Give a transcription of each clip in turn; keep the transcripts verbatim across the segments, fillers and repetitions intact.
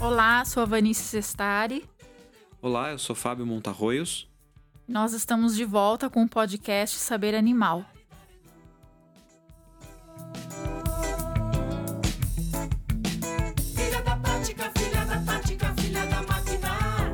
Olá, sou a Vanice Sestari. Olá, eu sou Fábio Montarroios. Nós estamos de volta com o podcast Saber Animal. Filha da prática, filha da tática, filha da máquina.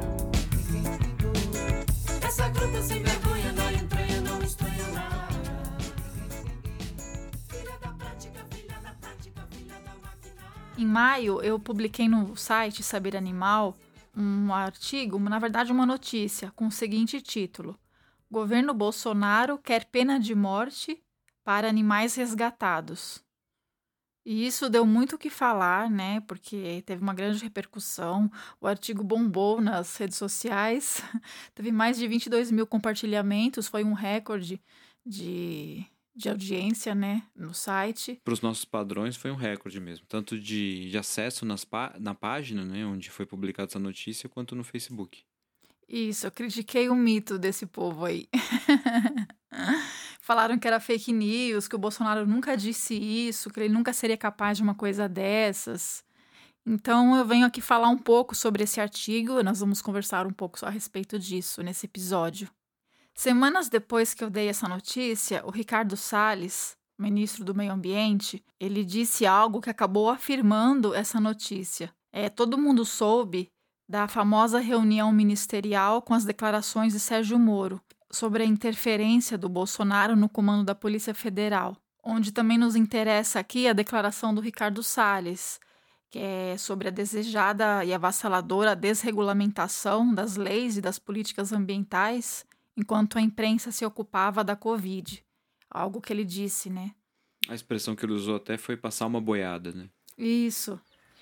Essa gruta sem vergonha na entranha não estranha nada. Filha da prática, filha da tática, filha da máquina. Em maio, eu publiquei no site Saber Animal um artigo, na verdade uma notícia, com o seguinte título: Governo Bolsonaro quer pena de morte para animais resgatados. E isso deu muito o que falar, né? Porque teve uma grande repercussão, o artigo bombou nas redes sociais, teve mais de vinte e dois mil compartilhamentos, foi um recorde de, de audiência, né, no site. Para os nossos padrões foi um recorde mesmo, tanto de, de acesso nas pá- na página, né, onde foi publicada essa notícia, quanto no Facebook. Isso, eu critiquei o mito desse povo aí. Falaram que era fake news, que o Bolsonaro nunca disse isso, que ele nunca seria capaz de uma coisa dessas. Então eu venho aqui falar um pouco sobre esse artigo, nós vamos conversar um pouco a respeito disso nesse episódio. Semanas depois que eu dei essa notícia, o Ricardo Salles, ministro do Meio Ambiente, ele disse algo que acabou afirmando essa notícia. É, todo mundo soube da famosa reunião ministerial com as declarações de Sérgio Moro sobre a interferência do Bolsonaro no comando da Polícia Federal, onde também nos interessa aqui a declaração do Ricardo Salles, que é sobre a desejada e avassaladora desregulamentação das leis e das políticas ambientais, enquanto a imprensa se ocupava da Covid. Algo que ele disse, né? A expressão que ele usou até foi passar uma boiada, né? Isso.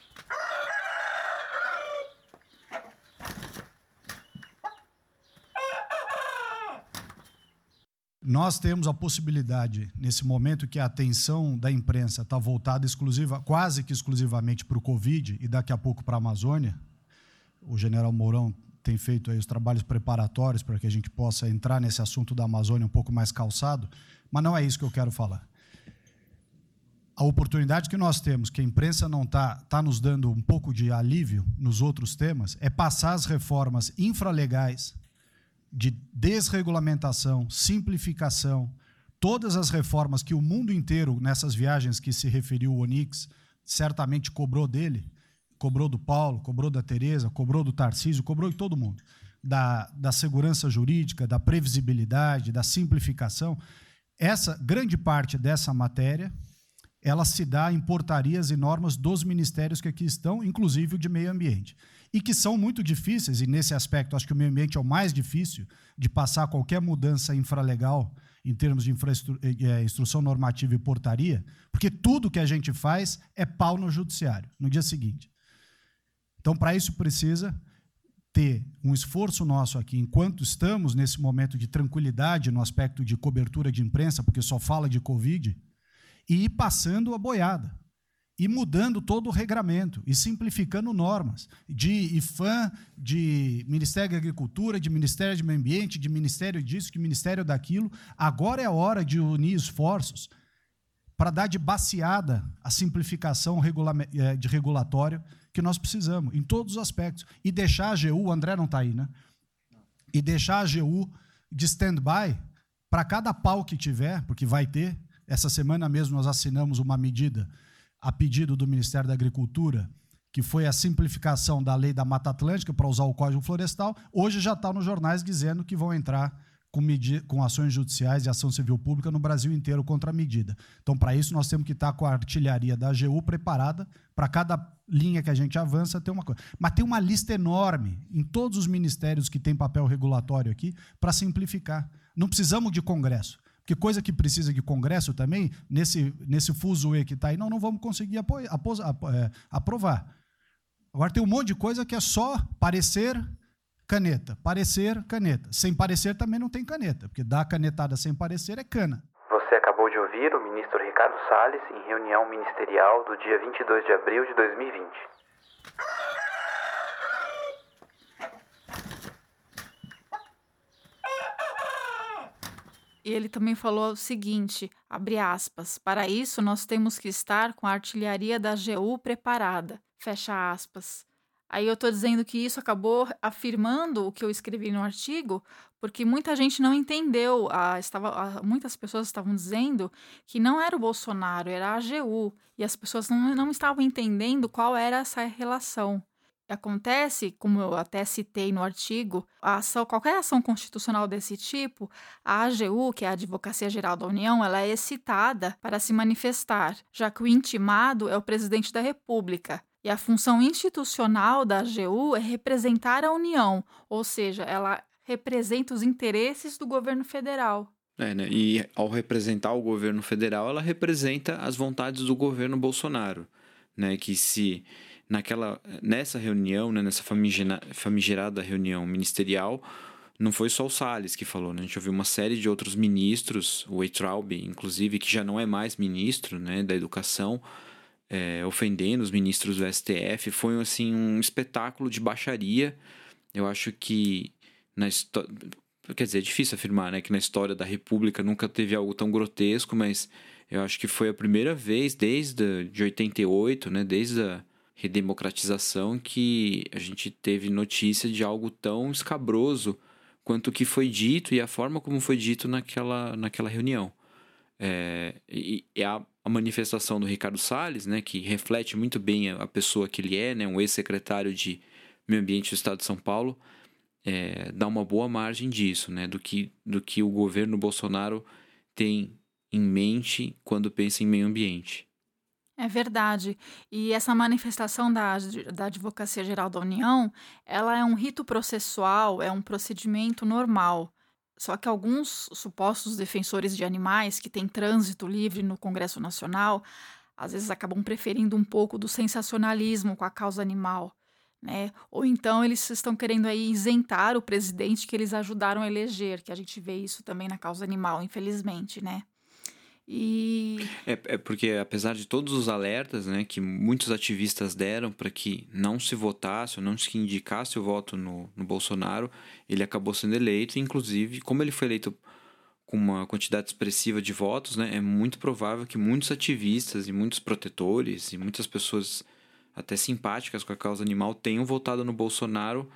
Nós temos a possibilidade, nesse momento que a atenção da imprensa está voltada exclusiva, quase que exclusivamente para o Covid e daqui a pouco para a Amazônia. O general Mourão tem feito aí os trabalhos preparatórios para que a gente possa entrar nesse assunto da Amazônia um pouco mais calçado, mas não é isso que eu quero falar. A oportunidade que nós temos, que a imprensa não está tá nos dando um pouco de alívio nos outros temas, é passar as reformas infralegais de desregulamentação, simplificação, todas as reformas que o mundo inteiro, nessas viagens que se referiu o Onix, certamente cobrou dele, cobrou do Paulo, cobrou da Tereza, cobrou do Tarcísio, cobrou de todo mundo, da, da segurança jurídica, da previsibilidade, da simplificação. Essa grande parte dessa matéria, ela se dá em portarias e normas dos ministérios que aqui estão, inclusive o de meio ambiente, e que são muito difíceis, e nesse aspecto acho que o meio ambiente é o mais difícil de passar qualquer mudança infralegal em termos de infraestru- eh, instrução normativa e portaria, porque tudo que a gente faz é pau no judiciário, no dia seguinte. Então, para isso precisa ter um esforço nosso aqui, enquanto estamos nesse momento de tranquilidade no aspecto de cobertura de imprensa, porque só fala de Covid, e ir passando a boiada, e mudando todo o regramento, e simplificando normas, de I F A M, de Ministério da Agricultura, de Ministério do Meio Ambiente, de Ministério disso, de Ministério daquilo. Agora é a hora de unir esforços para dar de baseada a simplificação regula- de regulatório que nós precisamos, em todos os aspectos, e deixar a G U, o André não está aí, né? E deixar a G U de stand-by para cada pau que tiver, porque vai ter. Essa semana mesmo nós assinamos uma medida a pedido do Ministério da Agricultura, que foi a simplificação da lei da Mata Atlântica para usar o Código Florestal. Hoje já está nos jornais dizendo que vão entrar com, medi- com ações judiciais e ação civil pública no Brasil inteiro contra a medida. Então, para isso, nós temos que estar com a artilharia da A G U preparada para cada linha que a gente avança ter uma coisa. Mas tem uma lista enorme em todos os ministérios que têm papel regulatório aqui para simplificar. Não precisamos de Congresso. Porque coisa que precisa de Congresso também, nesse, nesse fuzuê que está aí, não, não vamos conseguir apoiar, apos, ap, é, aprovar. Agora tem um monte de coisa que é só parecer caneta, parecer caneta. Sem parecer também não tem caneta, porque dar canetada sem parecer é cana. Você acabou de ouvir o ministro Ricardo Salles em reunião ministerial do dia vinte e dois de abril de dois mil e vinte. E ele também falou o seguinte, abre aspas, para isso nós temos que estar com a artilharia da A G U preparada, fecha aspas. Aí eu tô dizendo que isso acabou afirmando o que eu escrevi no artigo, porque muita gente não entendeu, ah, estava, ah, muitas pessoas estavam dizendo que não era o Bolsonaro, era a AGU, e as pessoas não, não estavam entendendo qual era essa relação. Acontece, como eu até citei no artigo, a ação, qualquer ação constitucional desse tipo, a AGU, que é a Advocacia Geral da União, ela é excitada para se manifestar, já que o intimado é o presidente da República. E a função institucional da AGU é representar a União, ou seja, ela representa os interesses do governo federal. É, né? E ao representar o governo federal, ela representa as vontades do governo Bolsonaro, né? Que se naquela, nessa reunião, né? Nessa famigera, famigerada reunião ministerial, não foi só o Salles que falou, né? A gente ouviu uma série de outros ministros, o Weintraub, inclusive, que já não é mais ministro, né? Da Educação, é, ofendendo os ministros do S T F. Foi assim, um espetáculo de baixaria. Eu acho que na história... Quer dizer, é difícil afirmar, né, que na história da República nunca teve algo tão grotesco, mas eu acho que foi a primeira vez desde de oitenta e oito, né, desde a redemocratização, que a gente teve notícia de algo tão escabroso quanto o que foi dito e a forma como foi dito naquela, naquela reunião. É, e, e a, a manifestação do Ricardo Salles, né, que reflete muito bem a, a pessoa que ele é, né, um ex-secretário de Meio Ambiente do Estado de São Paulo, É, dá uma boa margem disso, né? Do que, do que o governo Bolsonaro tem em mente quando pensa em meio ambiente. É verdade. E essa manifestação da, da Advocacia Geral da União, ela é um rito processual, é um procedimento normal. Só que alguns supostos defensores de animais que têm trânsito livre no Congresso Nacional, às vezes acabam preferindo um pouco do sensacionalismo com a causa animal. Né? Ou então eles estão querendo aí isentar o presidente que eles ajudaram a eleger, que a gente vê isso também na causa animal, infelizmente, né? E... É, é porque apesar de todos os alertas, né, que muitos ativistas deram para que não se votasse ou não se indicasse o voto no, no Bolsonaro, ele acabou sendo eleito, e inclusive, como ele foi eleito com uma quantidade expressiva de votos, né, é muito provável que muitos ativistas e muitos protetores e muitas pessoas até simpáticas com a causa animal, tenham votado no Bolsonaro,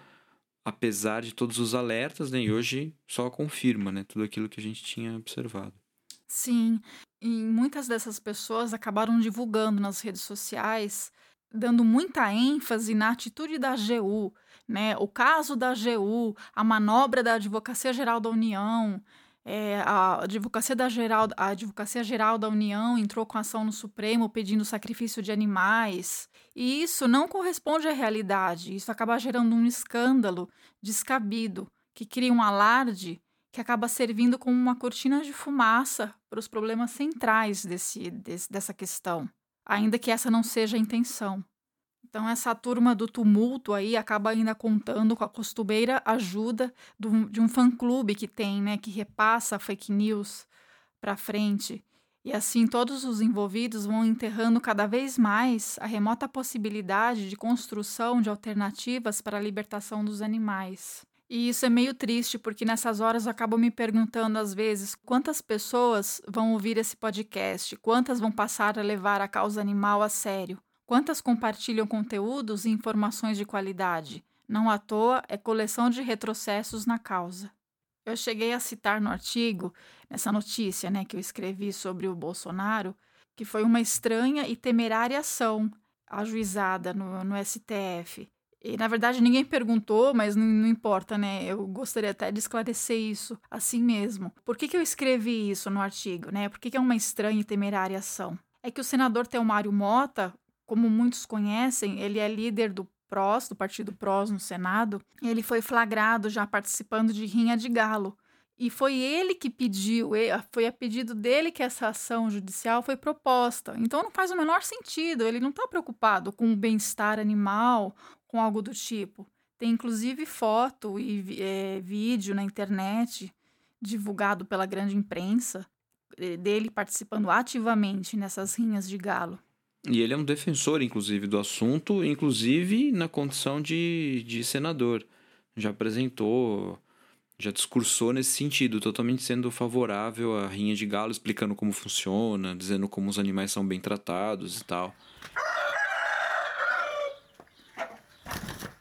apesar de todos os alertas, né? E hoje só confirma, né? Tudo aquilo que a gente tinha observado. Sim, e muitas dessas pessoas acabaram divulgando nas redes sociais, dando muita ênfase na atitude da AGU, né? O caso da AGU, a manobra da Advocacia Geral da União. É, a, Advocacia da Geral, a Advocacia Geral da União entrou com ação no Supremo pedindo sacrifício de animais. E isso não corresponde à realidade. Isso acaba gerando um escândalo descabido, que cria um alarde que acaba servindo como uma cortina de fumaça para os problemas centrais desse, desse, dessa questão, ainda que essa não seja a intenção. Então, essa turma do tumulto aí acaba ainda contando com a costumeira ajuda do, de um fã-clube que tem, né, que repassa fake news para frente. E assim, todos os envolvidos vão enterrando cada vez mais a remota possibilidade de construção de alternativas para a libertação dos animais. E isso é meio triste, porque nessas horas eu acabo me perguntando às vezes quantas pessoas vão ouvir esse podcast, quantas vão passar a levar a causa animal a sério. Quantas compartilham conteúdos e informações de qualidade? Não à toa, é coleção de retrocessos na causa. Eu cheguei a citar no artigo, nessa notícia, né, que eu escrevi sobre o Bolsonaro, que foi uma estranha e temerária ação ajuizada no, no S T F. E, na verdade, ninguém perguntou, mas não, não importa, né? Eu gostaria até de esclarecer isso assim mesmo. Por que, que eu escrevi isso no artigo, né? Por que, que é uma estranha e temerária ação? É que o senador Telmário Mota, como muitos conhecem, ele é líder do P R O S, do Partido P R O S no Senado. Ele foi flagrado já participando de rinha de galo. E foi ele que pediu, foi a pedido dele que essa ação judicial foi proposta. Então não faz o menor sentido, ele não está preocupado com o bem-estar animal, com algo do tipo. Tem inclusive foto e é, vídeo na internet, divulgado pela grande imprensa, dele participando ativamente nessas rinhas de galo. E ele é um defensor, inclusive, do assunto, inclusive na condição de, de senador. Já apresentou, já discursou nesse sentido, totalmente sendo favorável à rinha de galo, explicando como funciona, dizendo como os animais são bem tratados e tal.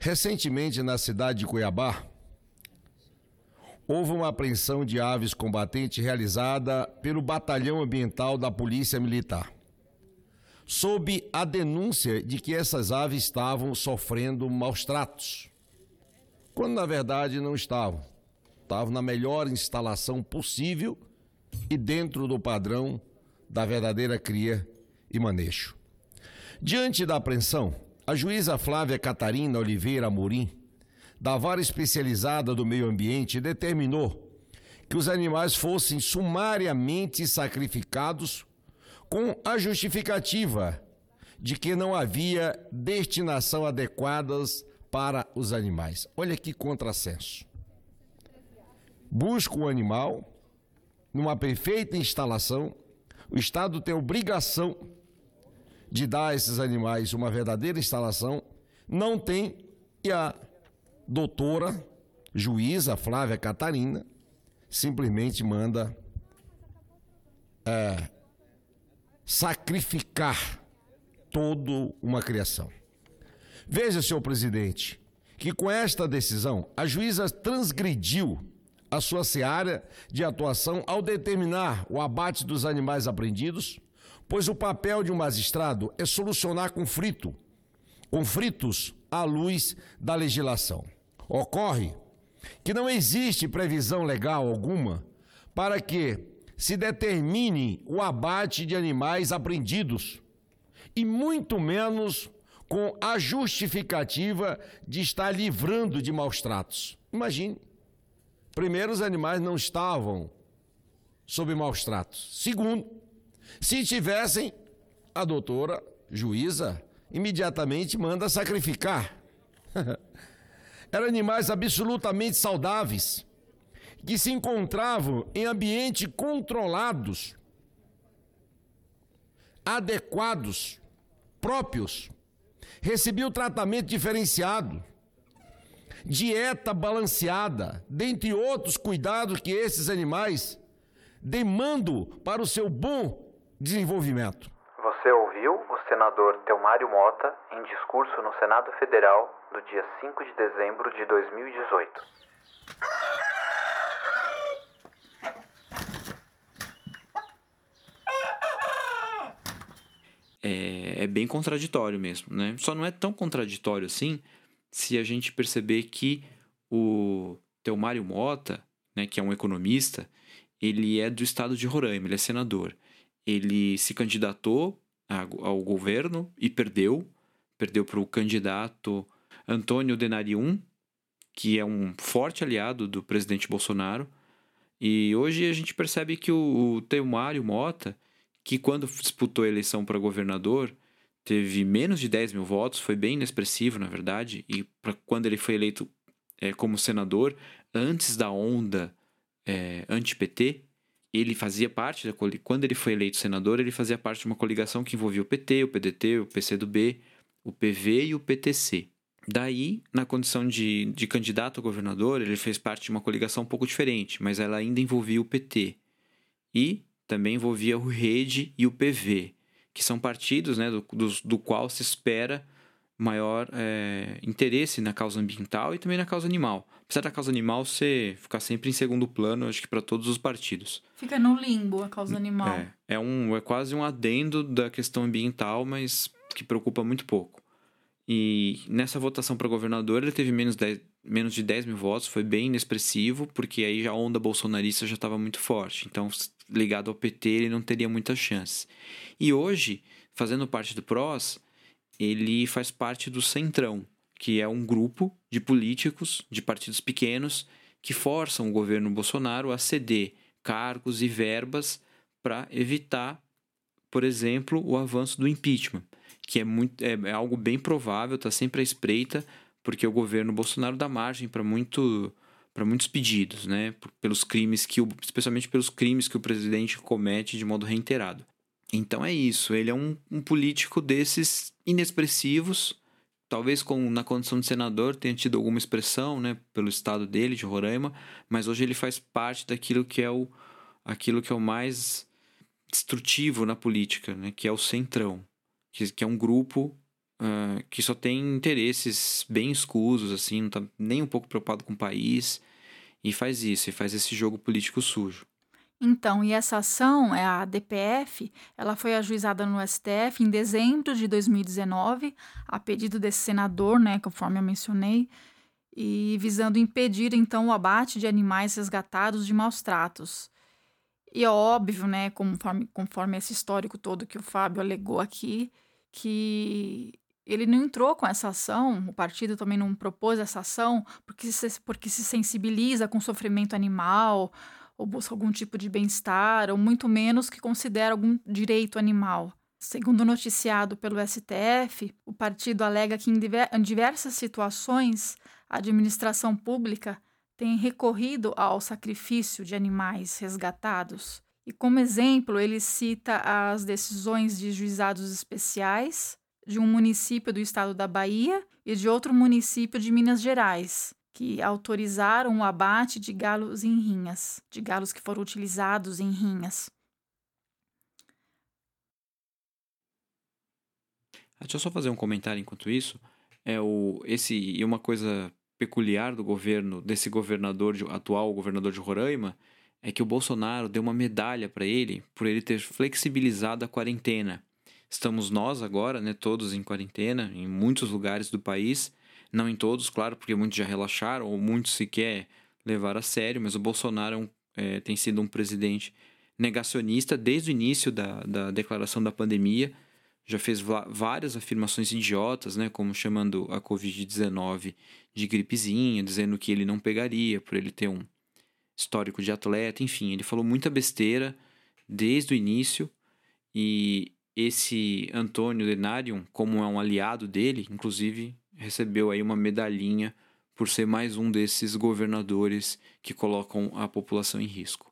Recentemente, na cidade de Cuiabá, houve uma apreensão de aves combatentes realizada pelo Batalhão Ambiental da Polícia Militar, sob a denúncia de que essas aves estavam sofrendo maus tratos, quando na verdade não estavam. Estavam na melhor instalação possível e dentro do padrão da verdadeira cria e manejo. Diante da apreensão, a juíza Flávia Catarina Oliveira Amorim, da Vara Especializada do Meio Ambiente, determinou que os animais fossem sumariamente sacrificados com a justificativa de que não havia destinação adequada para os animais. Olha que contrassenso. Busca o animal numa perfeita instalação, o Estado tem obrigação de dar a esses animais uma verdadeira instalação, não tem, e a doutora juíza Flávia Catarina simplesmente manda é, sacrificar toda uma criação. Veja, senhor presidente, que com esta decisão a juíza transgrediu a sua seara de atuação ao determinar o abate dos animais apreendidos, pois o papel de um magistrado é solucionar conflito, conflitos à luz da legislação. Ocorre que não existe previsão legal alguma para que se determine o abate de animais apreendidos, e muito menos com a justificativa de estar livrando de maus tratos. Imagine, primeiro, os animais não estavam sob maus tratos. Segundo, se tivessem, a doutora juíza imediatamente manda sacrificar. Eram animais absolutamente saudáveis, que se encontravam em ambientes controlados, adequados, próprios, recebiam tratamento diferenciado, dieta balanceada, dentre outros cuidados que esses animais demandam para o seu bom desenvolvimento. Você ouviu o senador Telmário Mota em discurso no Senado Federal do dia cinco de dezembro de dois mil e dezoito. É, é bem contraditório mesmo, né? Só não é tão contraditório assim se a gente perceber que o Telmário Mota, né, que é um economista, ele é do estado de Roraima, ele é senador. Ele se candidatou ao governo e perdeu. Perdeu para o candidato Antônio Denarium, que é um forte aliado do presidente Bolsonaro. E hoje a gente percebe que o, o Telmário Mota, que quando disputou a eleição para governador, teve menos de dez mil votos, foi bem inexpressivo, na verdade, e pra quando ele foi eleito é, como senador, antes da onda é, anti-P T, ele fazia parte, da, quando ele foi eleito senador, ele fazia parte de uma coligação que envolvia o P T, o P D T, o P C do B, o P V e o P T C. Daí, na condição de, de candidato a governador, ele fez parte de uma coligação um pouco diferente, mas ela ainda envolvia o P T. E também envolvia o Rede e o P V, que são partidos, né, do, do, do qual se espera maior é, interesse na causa ambiental e também na causa animal. Apesar da causa animal ser, ficar sempre em segundo plano, acho que para todos os partidos. Fica no limbo a causa animal. É, é, um, é quase um adendo da questão ambiental, mas que preocupa muito pouco. E nessa votação para governador ele teve menos, dez, menos de dez mil votos, foi bem inexpressivo, porque aí a onda bolsonarista já estava muito forte. Então, ligado ao P T, ele não teria muita chance. E hoje, fazendo parte do P R O S, ele faz parte do Centrão, que é um grupo de políticos, de partidos pequenos, que forçam o governo Bolsonaro a ceder cargos e verbas para evitar, por exemplo, o avanço do impeachment, que é, muito, é, é algo bem provável, está sempre à espreita, porque o governo Bolsonaro dá margem para muito, para muitos pedidos, né? Pelos crimes que o, especialmente pelos crimes que o presidente comete de modo reiterado. Então é isso, ele é um, um político desses inexpressivos, talvez com, na condição de senador tenha tido alguma expressão, né, pelo estado dele, de Roraima, mas hoje ele faz parte daquilo que é o, aquilo que é o mais destrutivo na política, né, que é o Centrão, que, que é um grupo uh, que só tem interesses bem escusos, assim, não está nem um pouco preocupado com o país, e faz isso, e faz esse jogo político sujo. Então, e essa ação, é a D P F, ela foi ajuizada no S T F em dezembro de dois mil e dezenove, a pedido desse senador, né, conforme eu mencionei, e visando impedir, então, o abate de animais resgatados de maus tratos. E é óbvio, né, conforme, conforme esse histórico todo que o Fábio alegou aqui, que ele não entrou com essa ação, o partido também não propôs essa ação, porque se, porque se sensibiliza com o sofrimento animal, ou busca algum tipo de bem-estar, ou muito menos que considera algum direito animal. Segundo noticiado pelo S T F, o partido alega que em diversas situações a administração pública tem recorrido ao sacrifício de animais resgatados. E como exemplo, ele cita as decisões de juizados especiais de um município do estado da Bahia e de outro município de Minas Gerais, que autorizaram o abate de galos em rinhas, de galos que foram utilizados em rinhas. Deixa eu só fazer um comentário enquanto isso. É o, esse, e uma coisa peculiar do governo, desse governador, de, atual governador de Roraima, é que o Bolsonaro deu uma medalha para ele por ele ter flexibilizado a quarentena. Estamos nós agora, né, todos em quarentena, em muitos lugares do país, não em todos, claro, porque muitos já relaxaram, ou muitos sequer levaram a sério, mas o Bolsonaro é um, é, tem sido um presidente negacionista desde o início da, da declaração da pandemia. Já fez várias afirmações idiotas, né, como chamando a covid dezenove de gripezinha, dizendo que ele não pegaria por ele ter um histórico de atleta, enfim, ele falou muita besteira desde o início. E esse Antônio Denarium, como é um aliado dele, inclusive recebeu aí uma medalhinha por ser mais um desses governadores que colocam a população em risco.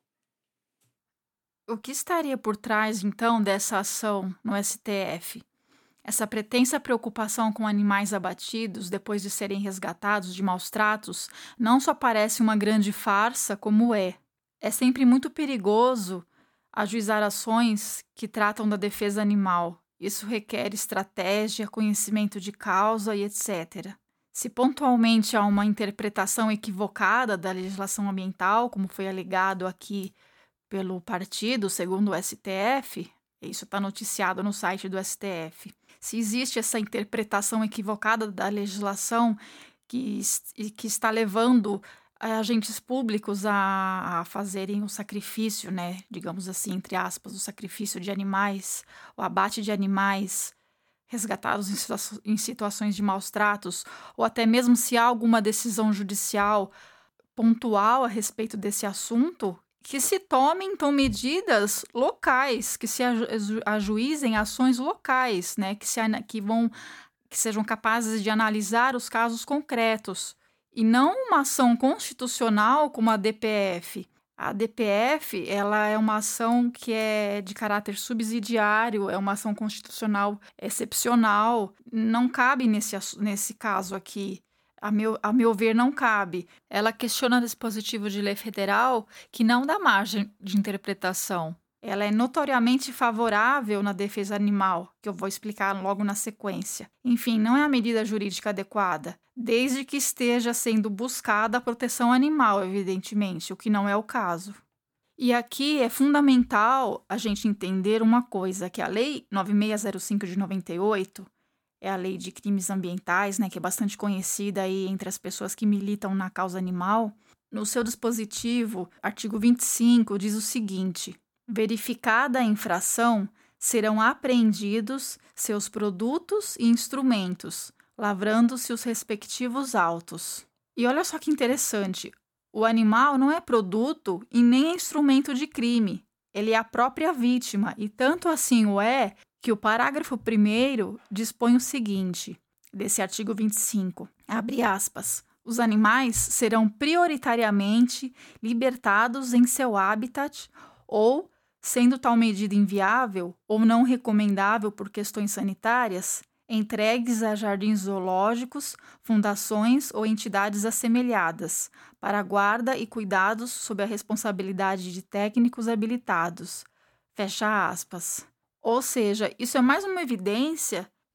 O que estaria por trás, então, dessa ação no S T F? Essa pretensa preocupação com animais abatidos depois de serem resgatados de maus tratos não só parece uma grande farsa, como é. É sempre muito perigoso ajuizar ações que tratam da defesa animal. Isso requer estratégia, conhecimento de causa e etcétera. Se pontualmente há uma interpretação equivocada da legislação ambiental, como foi alegado aqui pelo partido, segundo o S T F, isso está noticiado no site do S T F. Se existe essa interpretação equivocada da legislação que, que está levando agentes públicos a, a fazerem o sacrifício, né, digamos assim, entre aspas, o sacrifício de animais, o abate de animais resgatados em, situa- em situações de maus tratos, ou até mesmo se há alguma decisão judicial pontual a respeito desse assunto, que se tomem, então, medidas locais, que se aju- ajuizem ações locais, né, que, se, que, vão, que sejam capazes de analisar os casos concretos, e não uma ação constitucional como a D P F. A D P F, ela é uma ação que é de caráter subsidiário, é uma ação constitucional excepcional, não cabe nesse, nesse caso aqui. A meu, a meu ver, não cabe. Ela questiona dispositivo de lei federal que não dá margem de interpretação. Ela é notoriamente favorável na defesa animal, que eu vou explicar logo na sequência. Enfim, não é a medida jurídica adequada, desde que esteja sendo buscada a proteção animal, evidentemente, o que não é o caso. E aqui é fundamental a gente entender uma coisa, que a Lei nove seis zero cinco de noventa e oito é a lei de crimes ambientais, né, que é bastante conhecida aí entre as pessoas que militam na causa animal. No seu dispositivo, artigo vinte e cinco, diz o seguinte: verificada a infração, serão apreendidos seus produtos e instrumentos, lavrando-se os respectivos autos. E olha só que interessante, o animal não é produto e nem é instrumento de crime, ele é a própria vítima, e tanto assim o é que o parágrafo primeiro dispõe o seguinte, desse artigo vinte e cinco, abre aspas, os animais serão prioritariamente libertados em seu habitat ou, sendo tal medida inviável ou não recomendável por questões sanitárias, entregues a jardins zoológicos, fundações ou entidades assemelhadas, para guarda e cuidados sob a responsabilidade de técnicos habilitados. Fecha aspas. Ou seja, isso é mais uma evidência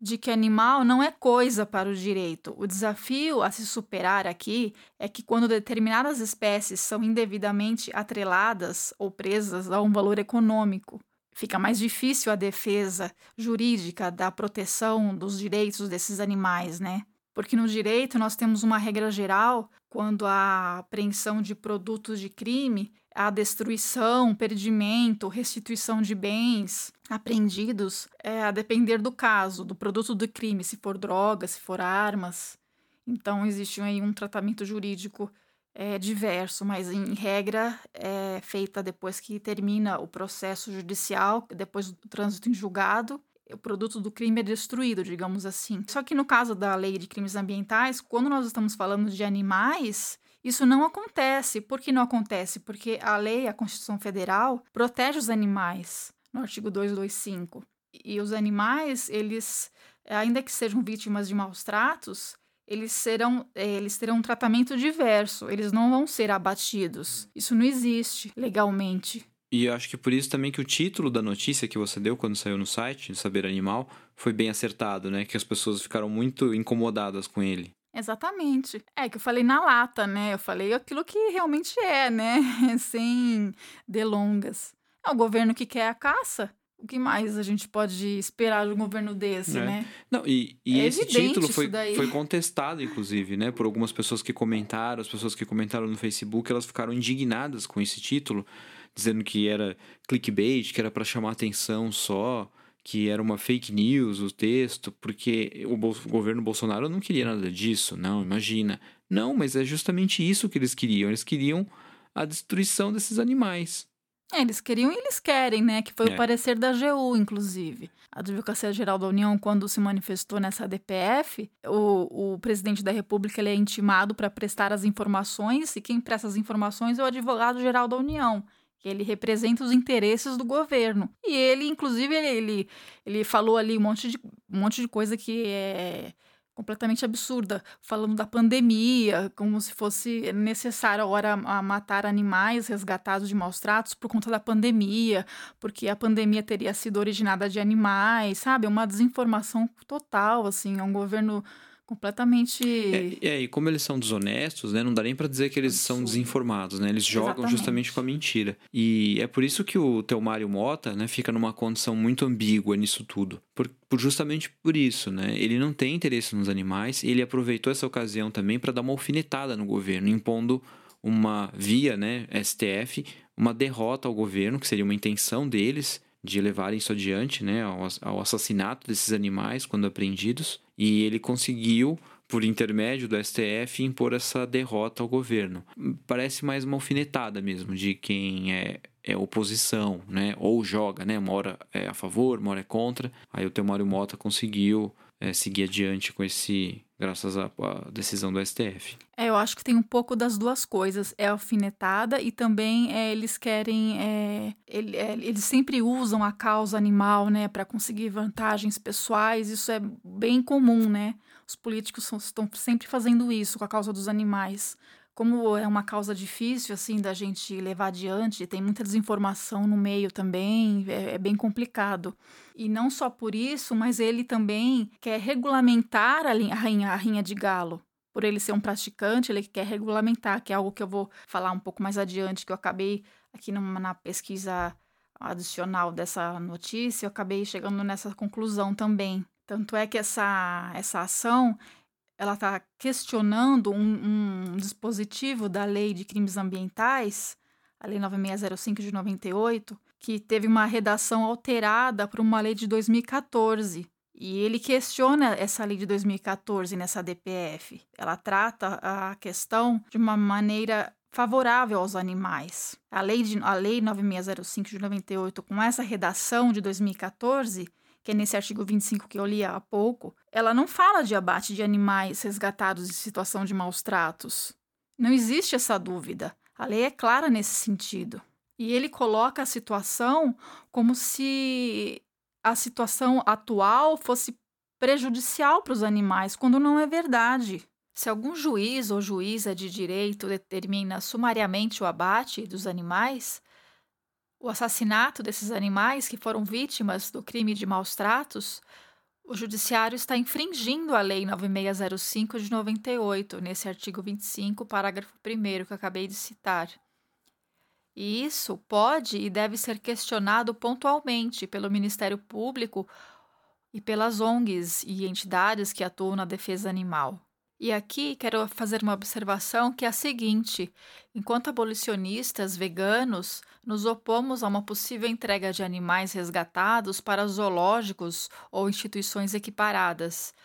de que animal não é coisa para o direito. O desafio a se superar aqui é que quando determinadas espécies são indevidamente atreladas ou presas a um valor econômico, fica mais difícil a defesa jurídica da proteção dos direitos desses animais, né? Porque no direito nós temos uma regra geral, quando há apreensão de produtos de crime, a destruição, perdimento, restituição de bens apreendidos, é a depender do caso, do produto do crime, se for droga, se for armas. Então existe aí um tratamento jurídico é, diverso, mas em regra é feita depois que termina o processo judicial, depois do trânsito em julgado, o produto do crime é destruído, digamos assim. Só que no caso da lei de crimes ambientais, quando nós estamos falando de animais, isso não acontece. Por que não acontece? Porque a lei, a Constituição Federal, protege os animais, no artigo duzentos e vinte e cinco. E os animais, eles, ainda que sejam vítimas de maus tratos, eles, serão, eles terão um tratamento diverso, eles não vão ser abatidos. Isso não existe legalmente. E eu acho que por isso também que o título da notícia que você deu quando saiu no site, do Saber Animal, foi bem acertado, né? Que as pessoas ficaram muito incomodadas com ele. Exatamente. É que eu falei na lata, né? Eu falei aquilo que realmente é, né? Sem delongas. É o governo que quer a caça. O que mais a gente pode esperar de um governo desse, É. né? Não, e, e É esse evidente título isso foi, daí. foi contestado, inclusive, né? Por algumas pessoas que comentaram, as pessoas que comentaram no Facebook, elas ficaram indignadas com esse título, dizendo que era clickbait, que era para chamar atenção só, que era uma fake news o texto, porque o, Bol- o governo Bolsonaro não queria nada disso, não, imagina. Não, mas é justamente isso que eles queriam, eles queriam a destruição desses animais. É, eles queriam e eles querem, né? Que foi É. o parecer da A G U, inclusive. A Advocacia Geral da União, quando se manifestou nessa D P F, o, o presidente da República ele é intimado para prestar as informações, e quem presta as informações é o Advogado-Geral da União. Ele representa os interesses do governo. E ele, inclusive, ele, ele, ele falou ali um monte, de, um monte de coisa que é completamente absurda, falando da pandemia, como se fosse necessário agora a matar animais resgatados de maus tratos por conta da pandemia, porque a pandemia teria sido originada de animais, sabe? É uma desinformação total, assim, é um governo completamente... É, é, e como eles são desonestos, né? Não dá nem pra dizer que eles são Absurdo. desinformados, né? Eles jogam Exatamente. justamente com a mentira. E é por isso que o Telmário Mota, né, fica numa condição muito ambígua nisso tudo. Por, por- justamente por isso, né? Ele não tem interesse nos animais, e ele aproveitou essa ocasião também para dar uma alfinetada no governo, impondo uma via, né, S T F, uma derrota ao governo, que seria uma intenção deles de levarem isso adiante, né, ao, ao assassinato desses animais quando apreendidos, e ele conseguiu, por intermédio do S T F, impor essa derrota ao governo. Parece mais uma alfinetada mesmo de quem é, é oposição, né, ou joga, né, uma hora é a favor, uma hora é contra. Aí o Telmário Mota conseguiu é, seguir adiante com esse, graças à, à decisão do S T F. É, eu acho que tem um pouco das duas coisas. É alfinetada e também é, eles querem... é, ele- é, eles sempre usam a causa animal, né, para conseguir vantagens pessoais. Isso é bem comum, né? Os políticos são- estão sempre fazendo isso com a causa dos animais. Como é uma causa difícil, assim, da gente levar adiante, tem muita desinformação no meio também, é, é bem complicado. E não só por isso, mas ele também quer regulamentar a, lin- a rainha, a rinha de galo. Por ele ser um praticante, ele quer regulamentar, que é algo que eu vou falar um pouco mais adiante, que eu acabei aqui numa- na pesquisa adicional dessa notícia, eu acabei chegando nessa conclusão também. Tanto é que essa, essa ação ela está questionando um, um dispositivo da Lei de Crimes Ambientais, a Lei nove mil seiscentos e cinco de noventa e oito, que teve uma redação alterada por uma lei de dois mil e catorze. E ele questiona essa lei de dois mil e catorze nessa D P F. Ela trata a questão de uma maneira favorável aos animais. A lei, de, a lei nove mil seiscentos e cinco de noventa e oito, com essa redação de dois mil e catorze, que é nesse artigo vinte e cinco que eu li há pouco, ela não fala de abate de animais resgatados em situação de maus tratos. Não existe essa dúvida. A lei é clara nesse sentido. E ele coloca a situação como se a situação atual fosse prejudicial para os animais, quando não é verdade. Se algum juiz ou juíza de direito determina sumariamente o abate dos animais, o assassinato desses animais que foram vítimas do crime de maus tratos, O Judiciário está infringindo a Lei nove mil seiscentos e cinco de noventa e oito, nesse artigo vinte e cinco, parágrafo primeiro, que eu acabei de citar. E isso pode e deve ser questionado pontualmente pelo Ministério Público e pelas O N Gs e entidades que atuam na defesa animal. E aqui quero fazer uma observação que é a seguinte: enquanto abolicionistas veganos, nos opomos a uma possível entrega de animais resgatados para zoológicos ou instituições equiparadas.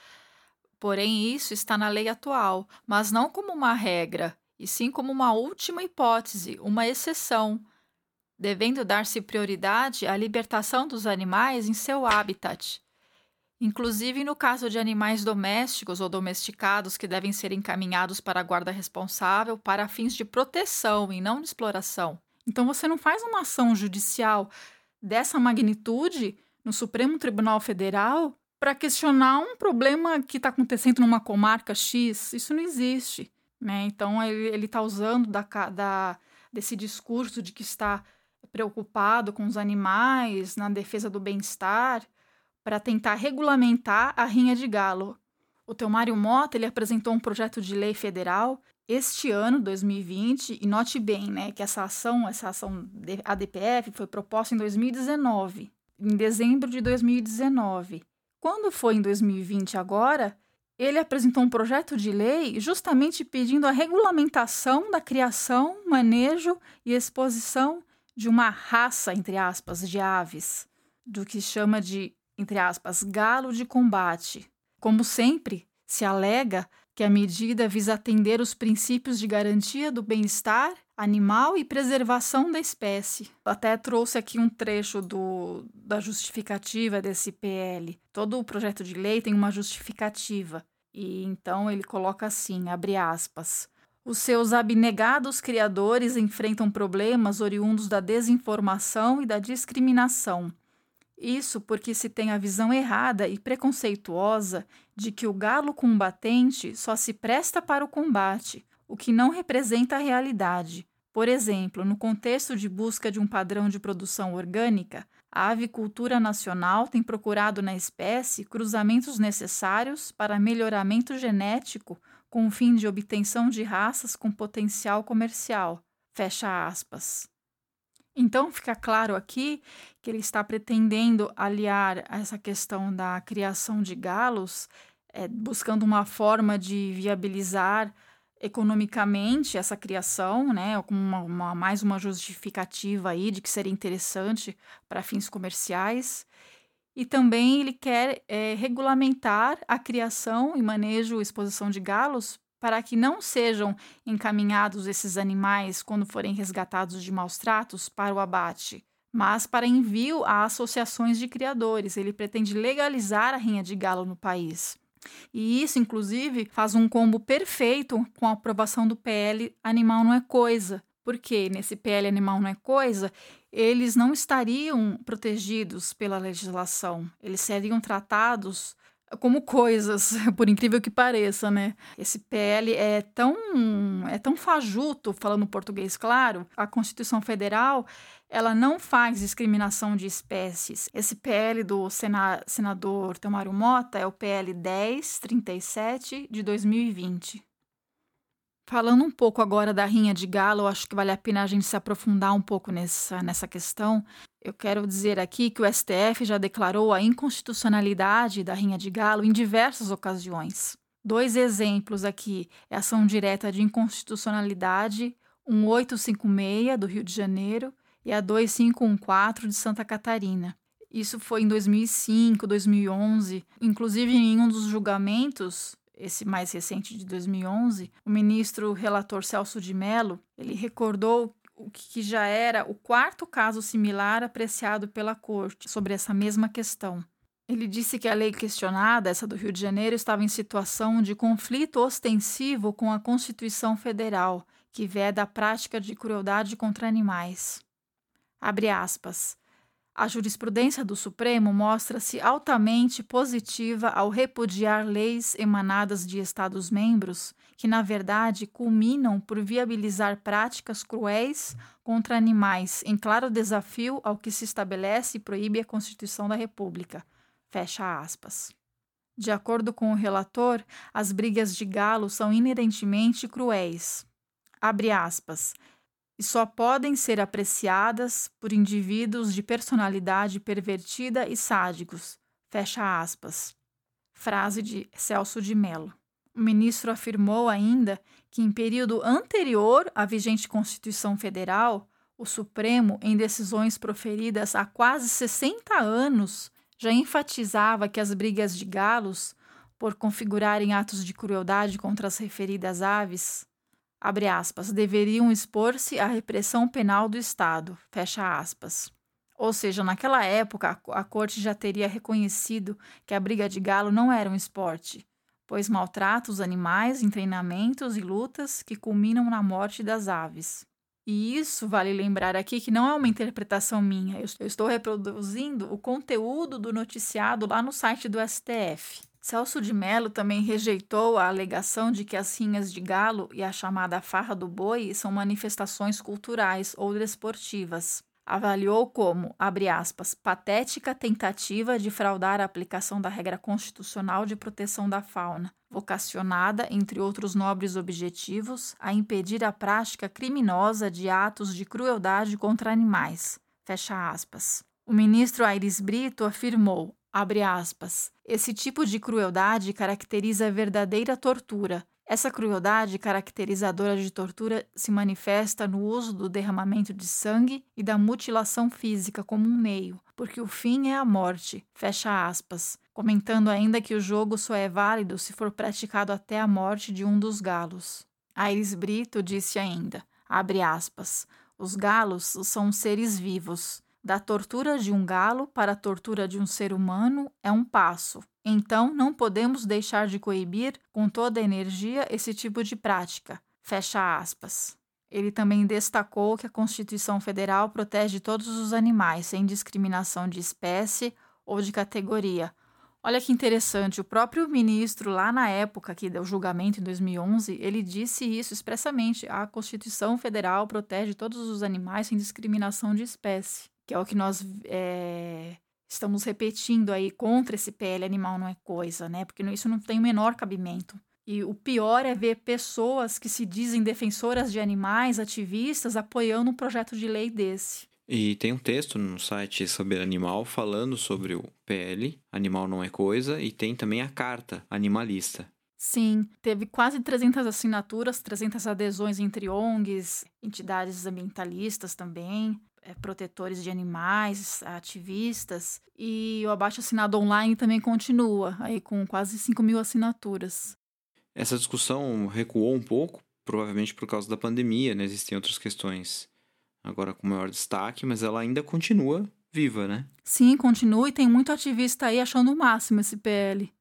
Porém, isso está na lei atual, mas não como uma regra, e sim como uma última hipótese, uma exceção, devendo dar-se prioridade à libertação dos animais em seu habitat. Inclusive no caso de animais domésticos ou domesticados que devem ser encaminhados para a guarda responsável para fins de proteção e não de exploração. Então você não faz uma ação judicial dessa magnitude no Supremo Tribunal Federal para questionar um problema que está acontecendo numa comarca X. Isso não existe, né? Então ele está usando da, da, desse discurso de que está preocupado com os animais, na defesa do bem-estar, para tentar regulamentar a rinha de galo. O Telmário Mota ele apresentou um projeto de lei federal este ano, dois mil e vinte, e note bem, né, que essa ação, essa ação A D P F foi proposta em dois mil e dezenove, em dezembro de dois mil e dezenove. Quando foi em dois mil e vinte agora, ele apresentou um projeto de lei justamente pedindo a regulamentação da criação, manejo e exposição de uma raça, entre aspas, de aves, do que chama de, entre aspas, galo de combate. Como sempre, se alega que a medida visa atender os princípios de garantia do bem-estar animal e preservação da espécie. Até trouxe aqui um trecho do, da justificativa desse P L. Todo o projeto de lei tem uma justificativa. E então ele coloca assim, abre aspas: os seus abnegados criadores enfrentam problemas oriundos da desinformação e da discriminação. Isso porque se tem a visão errada e preconceituosa de que o galo combatente só se presta para o combate, o que não representa a realidade. Por exemplo, no contexto de busca de um padrão de produção orgânica, a avicultura nacional tem procurado na espécie cruzamentos necessários para melhoramento genético com o fim de obtenção de raças com potencial comercial. Fecha aspas. Então, fica claro aqui que ele está pretendendo aliar essa questão da criação de galos, é, buscando uma forma de viabilizar economicamente essa criação, né, com uma, uma, mais uma justificativa aí de que seria interessante para fins comerciais. E também ele quer é, regulamentar a criação e manejo e exposição de galos para que não sejam encaminhados esses animais, quando forem resgatados de maus tratos, para o abate, mas para envio a associações de criadores. Ele pretende legalizar a rinha de galo no país. E isso, inclusive, faz um combo perfeito com a aprovação do P L Animal Não é Coisa. Porque nesse P L Animal Não é Coisa, eles não estariam protegidos pela legislação. Eles seriam tratados como coisas, por incrível que pareça, né? Esse P L é tão, é tão fajuto, falando português claro, a Constituição Federal, ela não faz discriminação de espécies. Esse P L do sena, senador Telmário Mota é o P L dez trinta e sete de dois mil e vinte. Falando um pouco agora da rinha de galo, eu acho que vale a pena a gente se aprofundar um pouco nessa, nessa questão. Eu quero dizer aqui que o S T F já declarou a inconstitucionalidade da rinha de galo em diversas ocasiões. Dois exemplos aqui, é a ação direta de inconstitucionalidade um oito cinco seis do Rio de Janeiro e a dois cinco um quatro de Santa Catarina. Isso foi em dois mil e cinco, dois mil e onze, inclusive em um dos julgamentos, esse mais recente de dois mil e onze, o ministro relator Celso de Mello, ele recordou o que já era o quarto caso similar apreciado pela Corte sobre essa mesma questão. Ele disse que a lei questionada, essa do Rio de Janeiro, estava em situação de conflito ostensivo com a Constituição Federal, que veda a prática de crueldade contra animais. Abre aspas. A jurisprudência do Supremo mostra-se altamente positiva ao repudiar leis emanadas de Estados-membros que, na verdade, culminam por viabilizar práticas cruéis contra animais, em claro desafio ao que se estabelece e proíbe a Constituição da República. Fecha aspas. De acordo com o relator, as brigas de galo são inerentemente cruéis. Abre aspas. E só podem ser apreciadas por indivíduos de personalidade pervertida e sádicos. Fecha aspas. Frase de Celso de Mello. O ministro afirmou ainda que, em período anterior à vigente Constituição Federal, o Supremo, em decisões proferidas há quase sessenta anos, já enfatizava que as brigas de galos, por configurarem atos de crueldade contra as referidas aves, abre aspas, deveriam expor-se à repressão penal do Estado, fecha aspas. Ou seja, naquela época, a Corte já teria reconhecido que a briga de galo não era um esporte, pois maltrata os animais em treinamentos e lutas que culminam na morte das aves. E isso vale lembrar aqui que não é uma interpretação minha, eu estou reproduzindo o conteúdo do noticiado lá no site do S T F. Celso de Mello também rejeitou a alegação de que as rinhas de galo e a chamada farra do boi são manifestações culturais ou desportivas. Avaliou como, abre aspas, patética tentativa de fraudar a aplicação da regra constitucional de proteção da fauna, vocacionada, entre outros nobres objetivos, a impedir a prática criminosa de atos de crueldade contra animais. Fecha aspas. O ministro Aires Brito afirmou, abre aspas, esse tipo de crueldade caracteriza a verdadeira tortura. Essa crueldade caracterizadora de tortura se manifesta no uso do derramamento de sangue e da mutilação física como um meio, porque o fim é a morte, fecha aspas, comentando ainda que o jogo só é válido se for praticado até a morte de um dos galos. Aires Brito disse ainda, abre aspas, os galos são seres vivos. Da tortura de um galo para a tortura de um ser humano é um passo. Então, não podemos deixar de coibir com toda a energia esse tipo de prática. Fecha aspas. Ele também destacou que a Constituição Federal protege todos os animais, sem discriminação de espécie ou de categoria. Olha que interessante, o próprio ministro, lá na época que deu julgamento em dois mil e onze, ele disse isso expressamente. A Constituição Federal protege todos os animais sem discriminação de espécie, que é o que nós é, estamos repetindo aí contra esse P L Animal Não É Coisa, né? Porque isso não tem o menor cabimento. E o pior é ver pessoas que se dizem defensoras de animais, ativistas, apoiando um projeto de lei desse. E tem um texto no site Saber Animal falando sobre o P L, Animal Não É Coisa, e tem também a carta animalista. Sim, teve quase trezentas assinaturas, trezentas adesões entre O N Gs, entidades ambientalistas também, é, protetores de animais, ativistas, e o abaixo-assinado online também continua, aí com quase cinco mil assinaturas. Essa discussão recuou um pouco, provavelmente por causa da pandemia, né? Existem outras questões agora com maior destaque, mas ela ainda continua viva, né? Sim, continua, e tem muito ativista aí achando o máximo esse P L.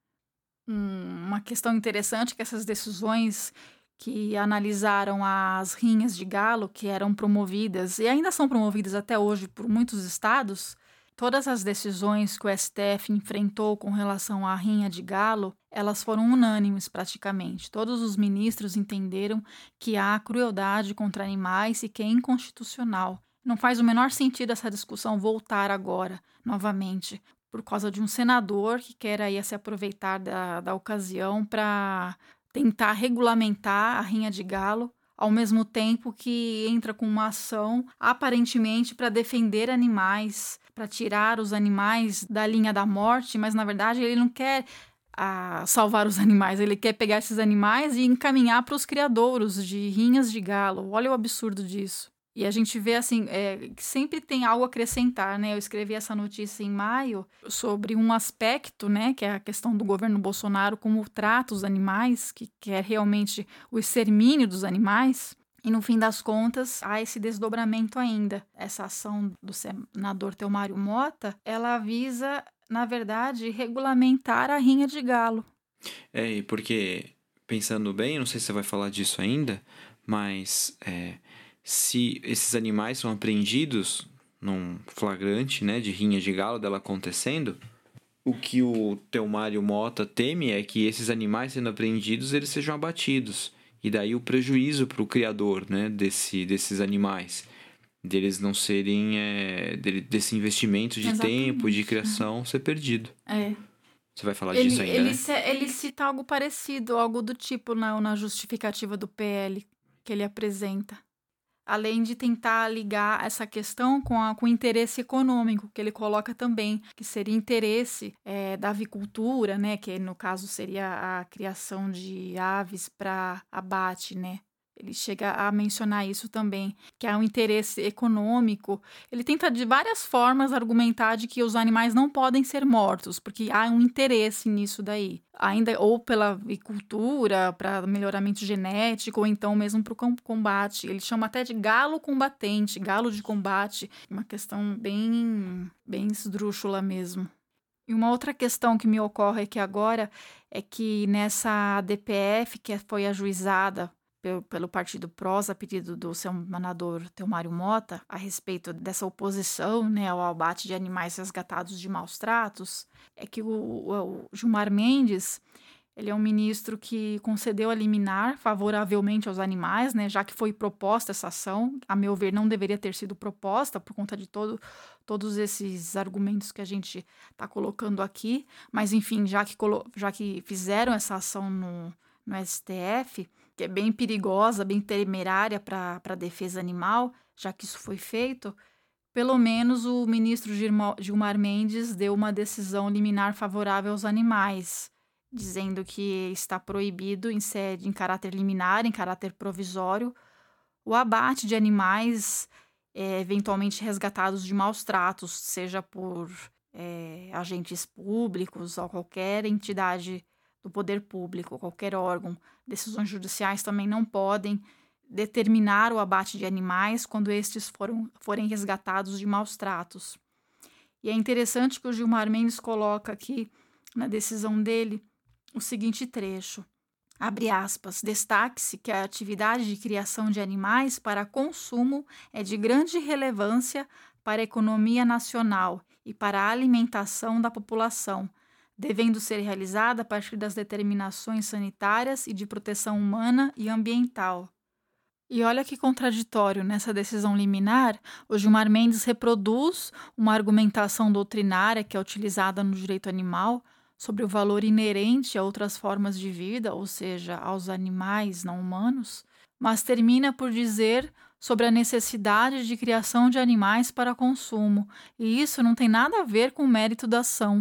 Hum, uma questão interessante é que essas decisões que analisaram as rinhas de galo que eram promovidas, e ainda são promovidas até hoje por muitos estados, todas as decisões que o S T F enfrentou com relação à rinha de galo, elas foram unânimes praticamente. Todos os ministros entenderam que há crueldade contra animais e que é inconstitucional. Não faz o menor sentido essa discussão voltar agora, novamente, por causa de um senador que quer aí se aproveitar da, da ocasião para tentar regulamentar a rinha de galo, ao mesmo tempo que entra com uma ação aparentemente para defender animais, para tirar os animais da linha da morte, mas na verdade ele não quer a salvar os animais, ele quer pegar esses animais e encaminhar para os criadouros de rinhas de galo. Olha o absurdo disso. E a gente vê assim, é, que sempre tem algo a acrescentar, né? Eu escrevi essa notícia em maio sobre um aspecto, né? Que é a questão do governo Bolsonaro, como trata os animais, que quer realmente o extermínio dos animais. E no fim das contas, há esse desdobramento ainda. Essa ação do senador Telmário Mota, ela visa, na verdade, regulamentar a rinha de galo. É, e porque, pensando bem, não sei se você vai falar disso ainda, mas é, se esses animais são apreendidos num flagrante, né, de rinha de galo dela acontecendo, o que o Telmário Mota teme é que esses animais sendo apreendidos, eles sejam abatidos. E daí o prejuízo para o criador, né, desse, desses animais, deles não serem, é, dele, desse investimento de Exatamente. tempo, de criação, ser perdido. É. Você vai falar Ele, disso ainda, ele, né? ce- ele cita algo parecido, algo do tipo na, na justificativa do P L que ele apresenta. Além de tentar ligar essa questão com, a, com o interesse econômico, que ele coloca também, que seria interesse é, da avicultura, né? Que no caso seria a criação de aves para abate, né? Ele chega a mencionar isso também, que há um interesse econômico. Ele tenta de várias formas argumentar de que os animais não podem ser mortos, porque há um interesse nisso daí. Ainda ou pela avicultura, para melhoramento genético, ou então mesmo para o combate. Ele chama até de galo combatente, galo de combate. Uma questão bem, bem esdrúxula mesmo. E uma outra questão que me ocorre aqui agora é que nessa D P F, que foi ajuizada pelo Partido Prós, a pedido do senador Telmário Mota, a respeito dessa oposição, né, ao abate de animais resgatados de maus tratos, é que o, o Gilmar Mendes, ele é um ministro que concedeu a liminar favoravelmente aos animais, né, já que foi proposta essa ação. A meu ver, não deveria ter sido proposta por conta de todo, todos esses argumentos que a gente está colocando aqui, mas enfim, já que, já que fizeram essa ação no, no S T F, que é bem perigosa, bem temerária para a defesa animal, já que isso foi feito, pelo menos o ministro Gilmar Mendes deu uma decisão liminar favorável aos animais, dizendo que está proibido em sede, em caráter liminar, em caráter provisório, o abate de animais é, eventualmente resgatados de maus tratos, seja por é, agentes públicos ou qualquer entidade do poder público, qualquer órgão. Decisões judiciais também não podem determinar o abate de animais quando estes foram, forem resgatados de maus tratos. E é interessante que o Gilmar Mendes coloca aqui na decisão dele o seguinte trecho, abre aspas, destaque-se que a atividade de criação de animais para consumo é de grande relevância para a economia nacional e para a alimentação da população, devendo ser realizada a partir das determinações sanitárias e de proteção humana e ambiental. E olha que contraditório, nessa decisão liminar, o Gilmar Mendes reproduz uma argumentação doutrinária que é utilizada no direito animal sobre o valor inerente a outras formas de vida, ou seja, aos animais não humanos, mas termina por dizer sobre a necessidade de criação de animais para consumo, e isso não tem nada a ver com o mérito da ação.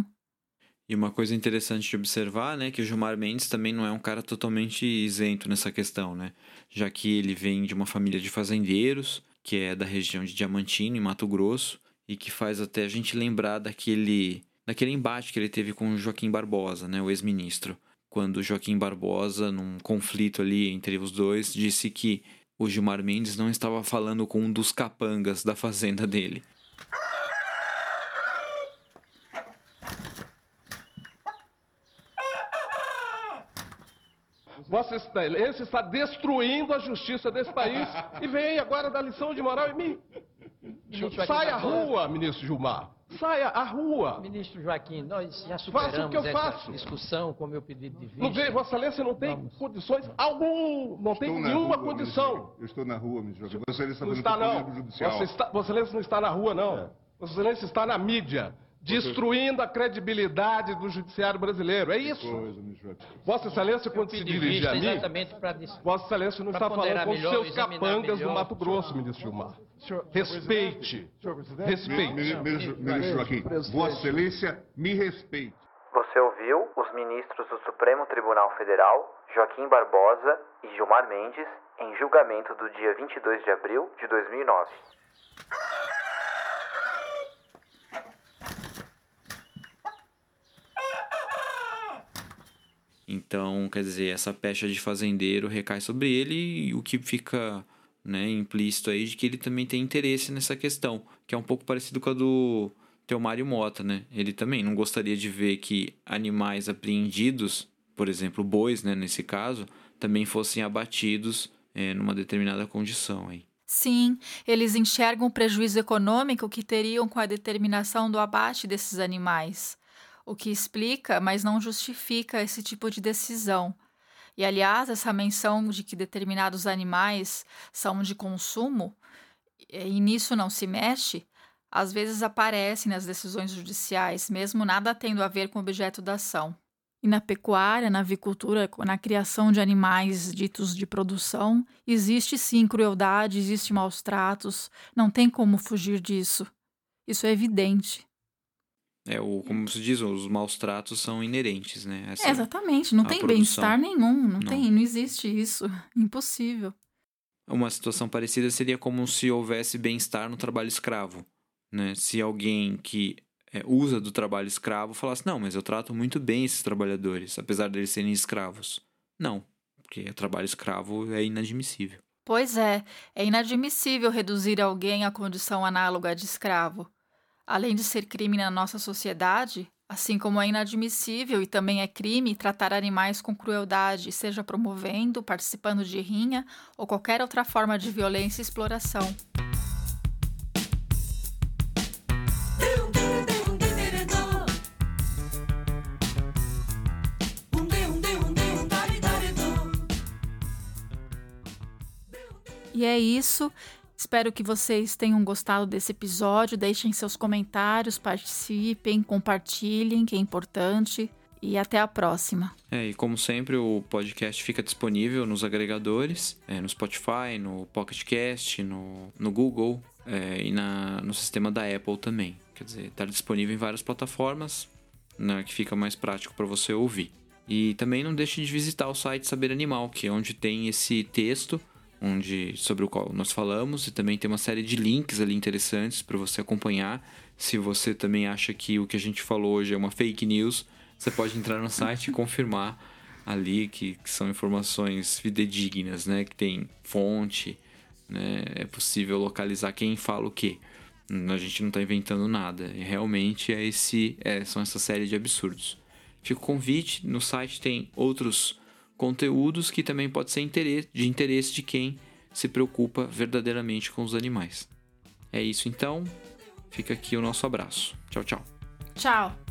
E uma coisa interessante de observar, né, que o Gilmar Mendes também não é um cara totalmente isento nessa questão, né? Já que ele vem de uma família de fazendeiros, que é da região de Diamantino, em Mato Grosso, e que faz até a gente lembrar daquele, daquele embate que ele teve com o Joaquim Barbosa, né, o ex-ministro. Quando o Joaquim Barbosa, num conflito ali entre os dois, disse que o Gilmar Mendes não estava falando com um dos capangas da fazenda dele. Vossa Excelência está destruindo a justiça desse país e vem agora dar lição de moral em mim. Saia à rua, ministro Gilmar. Saia à rua. Ministro Joaquim, nós já Faça o que eu superamos essa faço. discussão com o meu pedido de vista. Não vem, Vossa Excelência não tem Vamos. condições algum, não tem Estou na nenhuma rua, condição. ministro. Eu estou na rua, ministro Joaquim. Vossa Excelência Não está está fazendo não. comunismo judicial. Vossa, está, Vossa Excelência não está na rua não. Vossa Excelência está na mídia, destruindo a credibilidade do judiciário brasileiro. É isso. Coisa, ministro Joaquim. Vossa Excelência, quando se Pedi de dirige vista a mim, exatamente para dis- Vossa Excelência não Pra está falando ponderar com melhor, seus examinar capangas do melhor. Mato Grosso, ministro Gilmar. Senhor- Respeite. Senhor presidente. Respeite. Ministro, ministro, ministro Joaquim, Vossa Excelência me respeite. Você ouviu os ministros do Supremo Tribunal Federal, Joaquim Barbosa e Gilmar Mendes, em julgamento do dia vinte e dois de abril de dois mil e nove. Então, quer dizer, essa pecha de fazendeiro recai sobre ele e o que fica, né, implícito aí de que ele também tem interesse nessa questão, que é um pouco parecido com a do Telmário Mota, né? Ele também não gostaria de ver que animais apreendidos, por exemplo, bois, né, nesse caso, também fossem abatidos é, numa determinada condição aí. Sim, eles enxergam o prejuízo econômico que teriam com a determinação do abate desses animais, o que explica, mas não justifica esse tipo de decisão. E, aliás, essa menção de que determinados animais são de consumo, e nisso não se mexe, às vezes aparecem nas decisões judiciais, mesmo nada tendo a ver com o objeto da ação. E na pecuária, na avicultura, na criação de animais ditos de produção, existe sim crueldade, existe maus tratos, não tem como fugir disso. Isso é evidente. É, o, como se diz, os maus tratos são inerentes, né? Essa, É, exatamente, não a tem produção. bem-estar nenhum, não, Não. tem, não existe isso, impossível. Uma situação parecida seria como se houvesse bem-estar no trabalho escravo, né? Se alguém que é, usa do trabalho escravo falasse, não, mas eu trato muito bem esses trabalhadores, apesar deles serem escravos. Não, porque trabalho escravo é inadmissível. Pois é, é inadmissível reduzir alguém à condição análoga de escravo. Além de ser crime na nossa sociedade, assim como é inadmissível e também é crime tratar animais com crueldade, seja promovendo, participando de rinha ou qualquer outra forma de violência e exploração. E é isso. Espero que vocês tenham gostado desse episódio. Deixem seus comentários, participem, compartilhem, que é importante. E até a próxima. É, e como sempre, o podcast fica disponível nos agregadores, é, no Spotify, no Pocket Cast, no, no Google é, e na, no sistema da Apple também. Quer dizer, está disponível em várias plataformas, né, que fica mais prático para você ouvir. E também não deixe de visitar o site Saber Animal, que é onde tem esse texto onde, sobre o qual nós falamos, e também tem uma série de links ali interessantes para você acompanhar. Se você também acha que o que a gente falou hoje é uma fake news, você pode entrar no site e confirmar ali que, que são informações fidedignas, né? Que tem fonte, né? É possível localizar quem fala o quê. A gente não está inventando nada. E realmente é esse, é, são essa série de absurdos. Fica o convite, no site tem outros conteúdos que também pode ser de interesse de quem se preocupa verdadeiramente com os animais. É isso então, fica aqui o nosso abraço. Tchau, tchau. Tchau!